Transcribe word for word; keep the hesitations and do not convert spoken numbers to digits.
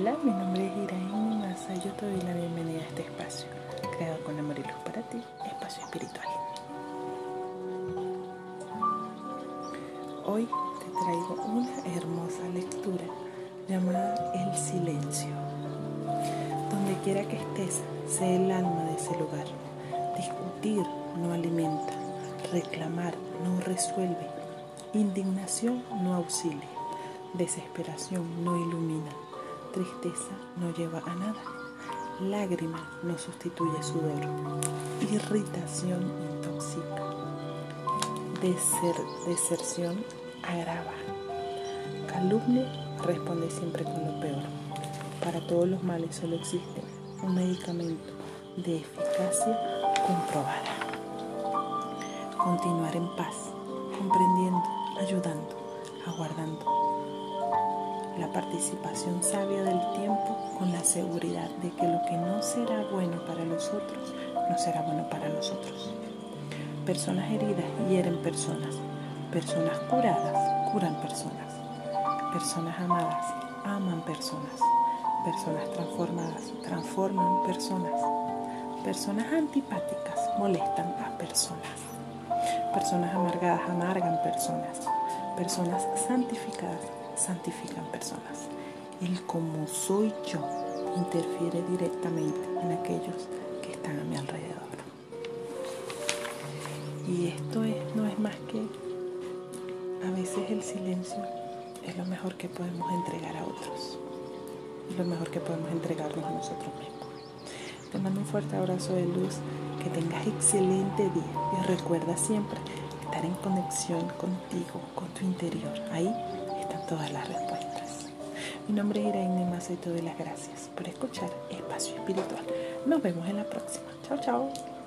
Hola, mi nombre es Iraín Maza y yo te doy la bienvenida a este espacio, creado con amor y luz para ti, espacio espiritual. Hoy te traigo una hermosa lectura llamada El Silencio. Donde quiera que estés, sé el alma de ese lugar. Discutir no alimenta, reclamar no resuelve, indignación no auxilia, desesperación no ilumina, tristeza no lleva a nada, lágrima no sustituye sudor, irritación intoxica, Deser, deserción agrava, calumnia responde siempre con lo peor. Para todos los males solo existe un medicamento de eficacia comprobada. Continuar en paz, comprendiendo, ayudando, aguardando. La participación sabia del tiempo con la seguridad de que lo que no será bueno para los otros, no será bueno para nosotros. Personas heridas hieren personas. Personas curadas curan personas. Personas amadas aman personas. Personas transformadas transforman personas. Personas antipáticas molestan a personas. Personas amargadas amargan personas. Personas santificadas santifican personas. El como soy yo interfiere directamente en aquellos que están a mi alrededor. Y esto es, no es más que, a veces el silencio es lo mejor que podemos entregar a otros. Es lo mejor que podemos entregarnos a nosotros mismos. Te mando un fuerte abrazo de luz, que tengas excelente día y recuerda siempre estar en conexión contigo, con tu interior. Ahí están todas las respuestas. Mi nombre es Iraín Maza y te doy las gracias por escuchar Espacio Espiritual. Nos vemos en la próxima. Chao, chao.